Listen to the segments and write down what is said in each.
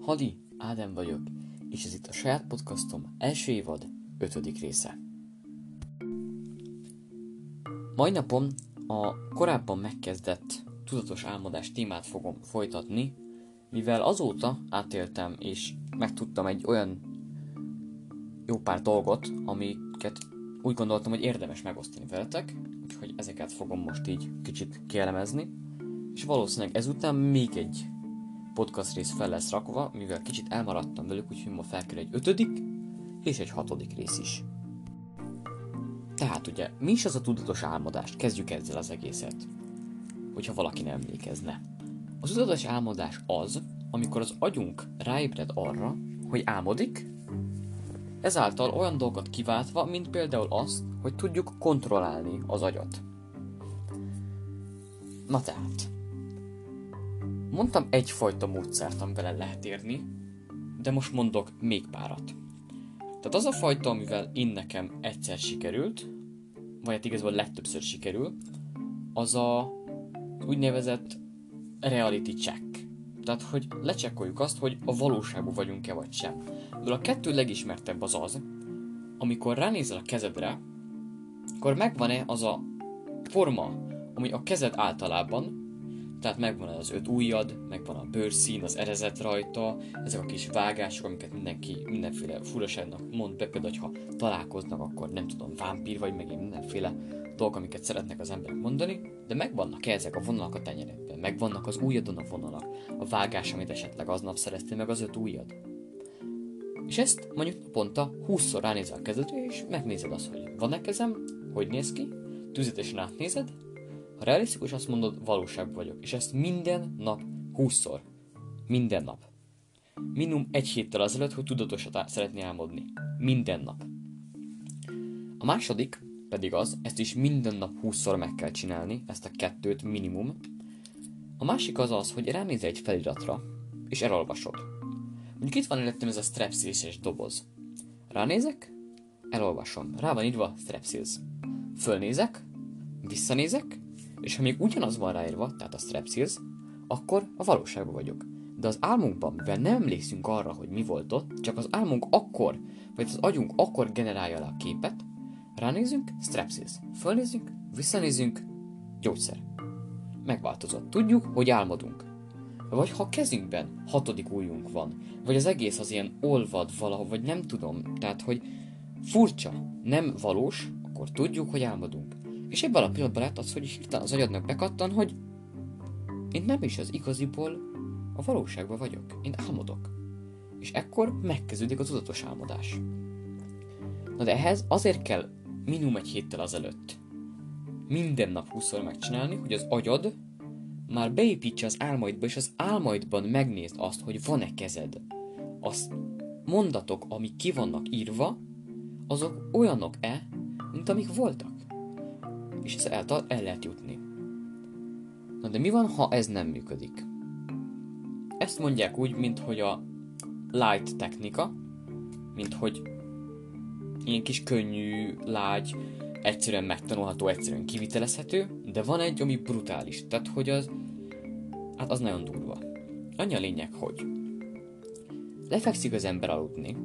Hadi, Ádám vagyok, és ez itt a saját podcastom első évad 5. része. Mai napon a korábban megkezdett tudatos álmodás témát fogom folytatni, mivel azóta átéltem és megtudtam egy olyan jó pár dolgot, amiket úgy gondoltam, hogy érdemes megosztani veletek, úgyhogy ezeket fogom most így kicsit kielemezni, és valószínűleg ezután még egy podcast rész fel lesz rakva, mivel kicsit elmaradtam velük, úgyhogy ma felkerül egy 5. és egy 6. rész is. Tehát ugye, mi is az a tudatos álmodás? Kezdjük ezzel az egészet, hogyha valaki nem emlékezne. A tudatos álmodás az, amikor az agyunk ráébred arra, hogy álmodik, ezáltal olyan dolgot kiváltva, mint például azt, hogy tudjuk kontrollálni az agyat. Na tehát, mondtam egyfajta módszert, amivel el lehet érni, de most mondok még párat. Tehát az a fajta, amivel nekem egyszer sikerült, vagy hát igazából legtöbbször sikerül, az a úgynevezett reality check. Tehát, hogy lecsekkoljuk azt, hogy a valóságban vagyunk-e vagy sem. De a kettő legismertebb az, amikor ránézel a kezedre, akkor megvan-e az a forma, ami a kezed általában, tehát megvan az 5 ujjad, megvan a bőrszín, az erezet rajta, ezek a kis vágások, amiket mindenki mindenféle furaságnak mond be, például, ha találkoznak, akkor nem tudom, vámpír vagy megint mindenféle dolgok, amiket szeretnek az emberek mondani, de megvannak ezek a vonalak a tenyeredben, megvannak az ujjadon a vonalak, a vágás, amit esetleg aznap szereztél meg az 5 ujjad. És ezt mondjuk naponta 20-szor ránézel a kezedre, és megnézed azt, hogy van-e kezem, hogy néz ki, tüzetesen átnézed. Ha realisztikus, azt mondod, valóságban vagyok. És ezt minden nap 20-szor. Minden nap. Minimum 1 héttel azelőtt, hogy tudatosat szeretnél álmodni. Minden nap. A második pedig az, ezt is minden nap 20-szor meg kell csinálni, ezt a 2 minimum. A másik az, hogy ránézel egy feliratra, és elolvasod. Mondjuk itt van előttem ez a strepsils doboz. Ránézek, elolvasom. Rá van írva strepsils. Fölnézek, visszanézek, és ha még ugyanaz van ráírva, tehát a strepsils, akkor a valóságban vagyok. De az álmunkban, mivel nem emlékszünk arra, hogy mi volt ott, csak az álmunk akkor, vagy az agyunk akkor generálja le a képet, ránézünk, strepsils. Fölnézünk, visszanézünk, gyógyszer. Megváltozott. Tudjuk, hogy álmodunk. Vagy ha a kezünkben 6. ujjunk van, vagy az egész az ilyen olvad valahol, vagy nem tudom, tehát hogy furcsa, nem valós, akkor tudjuk, hogy álmodunk. És ebben a pillanatban láthatsz, hogy hirtelen az agyadnak bekattan, hogy én nem is az igaziból a valóságban vagyok. Én álmodok. És ekkor megkezdődik a tudatos álmodás. Na de ehhez azért kell minimum 1 héttel azelőtt minden nap 20-szor megcsinálni, hogy az agyad már beépítse az álmaidba, és az álmaidban megnézd azt, hogy van-e kezed. Az mondatok, amik ki vannak írva, azok olyanok-e, mint amik voltak. És ezáltal el lehet jutni. Na de mi van, ha ez nem működik? Ezt mondják úgy, mint hogy a light technika, mint hogy ilyen kis könnyű, lágy, egyszerűen megtanulható, egyszerűen kivitelezhető, de van egy, ami brutális, tehát hogy az nagyon durva. Annyi a lényeg, hogy lefekszik az ember aludni,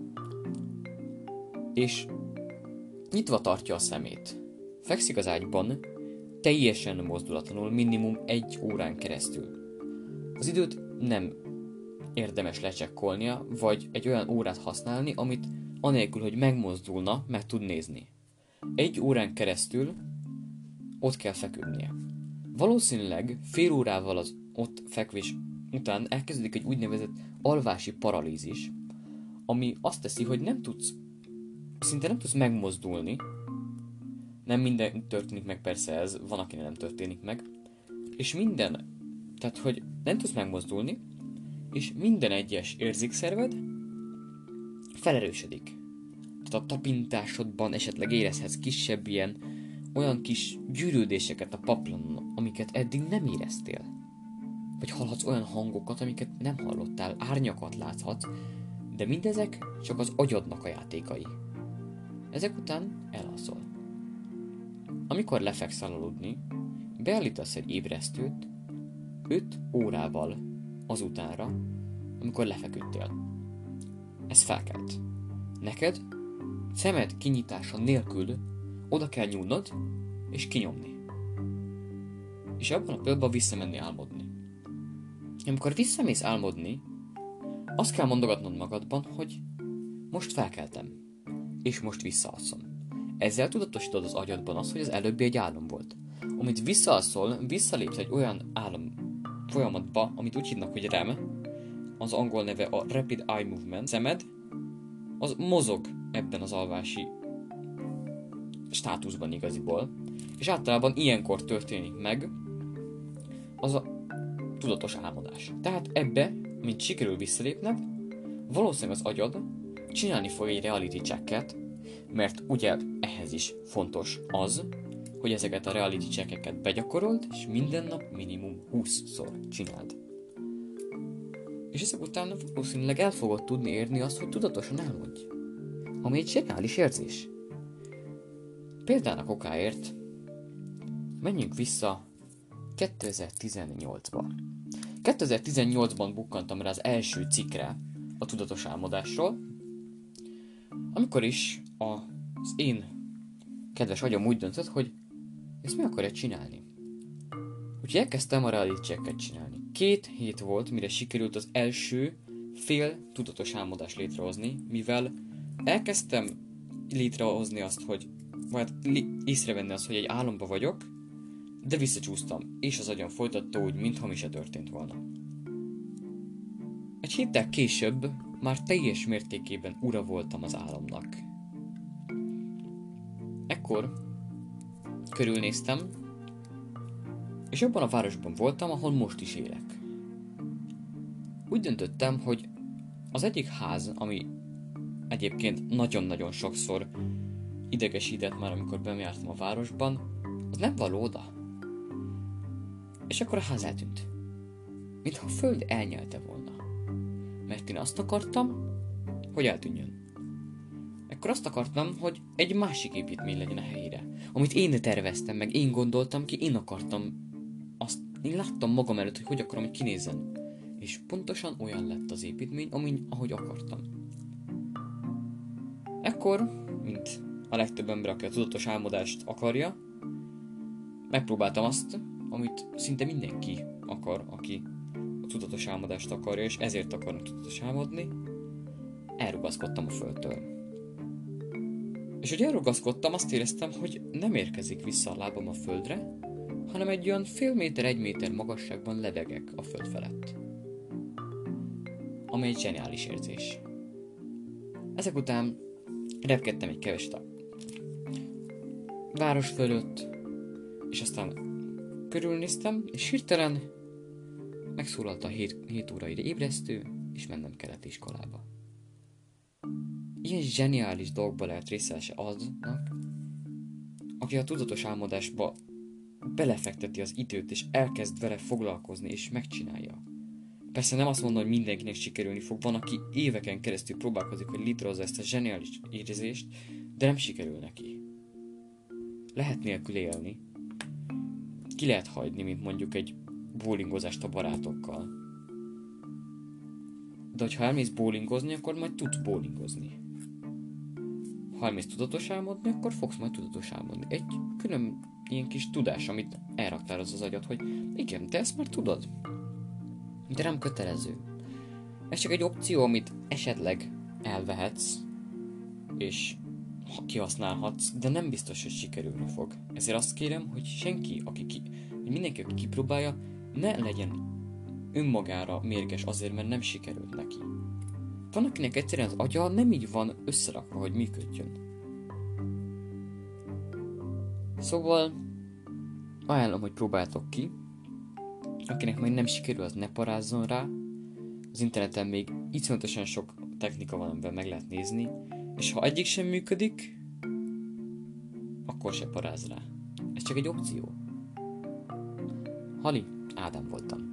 és nyitva tartja a szemét. Fekszik az ágyban, teljesen mozdulatlanul, minimum 1 órán keresztül. Az időt nem érdemes lecsekkolnia, vagy egy olyan órát használni, amit anélkül, hogy megmozdulna, meg tud nézni. 1 órán keresztül ott kell feküdnie. Valószínűleg fél órával az ott fekvés után elkezdődik egy úgynevezett alvási paralízis, ami azt teszi, hogy szinte nem tudsz megmozdulni. Nem minden történik meg, persze ez, van, akinek nem történik meg. És tehát hogy nem tudsz megmozdulni, és minden egyes érzékszerved felerősödik. Tehát a tapintásodban esetleg érezhetsz kisebb olyan kis gyűrődéseket a paplanon, amiket eddig nem éreztél. Vagy hallhatsz olyan hangokat, amiket nem hallottál, árnyakat láthatsz, de mindezek csak az agyadnak a játékai. Ezek után elalszol. Amikor lefekszel aludni, beállítasz egy ébresztőt 5 órával azutánra, amikor lefeküdtél. Ez felkelt. Neked szemed kinyitása nélkül oda kell nyúlnod és kinyomni. És abban a pillanatban visszamenni álmodni. Amikor visszamész álmodni, azt kell mondogatnod magadban, hogy most felkeltem, és most visszaalszom. Ezzel tudatosítod az agyadban azt, hogy az előbbi egy álom volt. Amit visszaalszol, visszalépsz egy olyan álom folyamatba, amit úgy hívnak, hogy REM, az angol neve a Rapid Eye Movement. Szemed az mozog ebben az alvási státuszban igaziból, és általában ilyenkor történik meg az a tudatos álmodás. Tehát ebbe, mint sikerül visszalépned, valószínűleg az agyad csinálni fog egy reality checket, mert ugye ehhez is fontos az, hogy ezeket a reality checkeket begyakorold, és minden nap minimum 20-szor csináld. És ezek után valószínűleg el fogod tudni érni azt, hogy tudatosan álmodj. Ami egy zseniális érzés. Példának okáért menjünk vissza 2018-ba. 2018-ban bukkantam rá az első cikkre a tudatos álmodásról, amikor is az én kedves agyam úgy döntött, hogy ezt meg akarja csinálni. Úgyhogy elkezdtem a reality checket csinálni. 2 hét volt, mire sikerült az első fél tudatos álmodást létrehozni, mivel elkezdtem létrehozni azt, hogy vagy észrevenni azt, hogy egy álomba vagyok, de visszacsúsztam, és az agyam folytatta úgy, mintha mi se történt volna. Egy héttel később már teljes mértékében ura voltam az álomnak. Ekkor körülnéztem, és abban a városban voltam, ahol most is élek. Úgy döntöttem, hogy az egyik ház, ami egyébként nagyon-nagyon sokszor idegesített már, amikor bejártam a városban, az nem való oda. És akkor a ház eltűnt. Mintha a föld elnyelte volna. Mert én azt akartam, hogy eltűnjön. Ekkor azt akartam, hogy egy másik építmény legyen a helyére. Amit én terveztem meg, én gondoltam ki, én akartam azt, én láttam magam előtt, hogy akarom, hogy kinézzen. És pontosan olyan lett az építmény, ahogy akartam. Ekkor, mint a legtöbb ember, aki a tudatos álmodást akarja, megpróbáltam azt, amit szinte mindenki akar, aki a tudatos álmodást akarja, és ezért akarnak tudatos álmodni. Elrugaszkodtam a földtől. És hogy elrugaszkodtam, azt éreztem, hogy nem érkezik vissza a lábam a földre, hanem egy olyan fél méter, 1 méter magasságban lebegek a föld felett. Ami egy zseniális érzés. Ezek után repkedtem egy keveset a város fölött, és aztán körülnéztem, és hirtelen megszólalt a 7 órai ébresztő, és mennem kellett iskolába. Ilyen zseniális dolgba lehet részese aznak, aki a tudatos álmodásba belefekteti az időt, és elkezd vele foglalkozni, és megcsinálja. Persze nem azt mondom, hogy mindenkinek sikerülni fog, van, aki éveken keresztül próbálkozik, hogy létrehozza ezt a zseniális érzést, de nem sikerül neki. Lehet nélkül élni. Ki lehet hagyni, mint mondjuk egy bowlingozást a barátokkal. De ha elmész bowlingozni, akkor majd tudsz bowlingozni. Ha elmész tudatos álmodni, akkor fogsz majd tudatos álmodni. Egy külön ilyen kis tudás, amit elraktároz az agyad, hogy igen, te ezt már tudod. De nem kötelező. Ez csak egy opció, amit esetleg elvehetsz, és kihasználhatsz, de nem biztos, hogy sikerülni fog. Ezért azt kérem, hogy senki, hogy mindenki, aki kipróbálja, ne legyen önmagára mérges azért, mert nem sikerült neki. Van, akinek egyszerűen az agya nem így van összerakva, hogy működjön. Szóval ajánlom, hogy próbáltok ki. Akinek majd nem sikerül, az ne parázzon rá. Az interneten még iszonyatosan sok technika van, amiben meg lehet nézni, és ha egyik sem működik, akkor se paráz rá. Ez csak egy opció. Hali, Ádám voltam.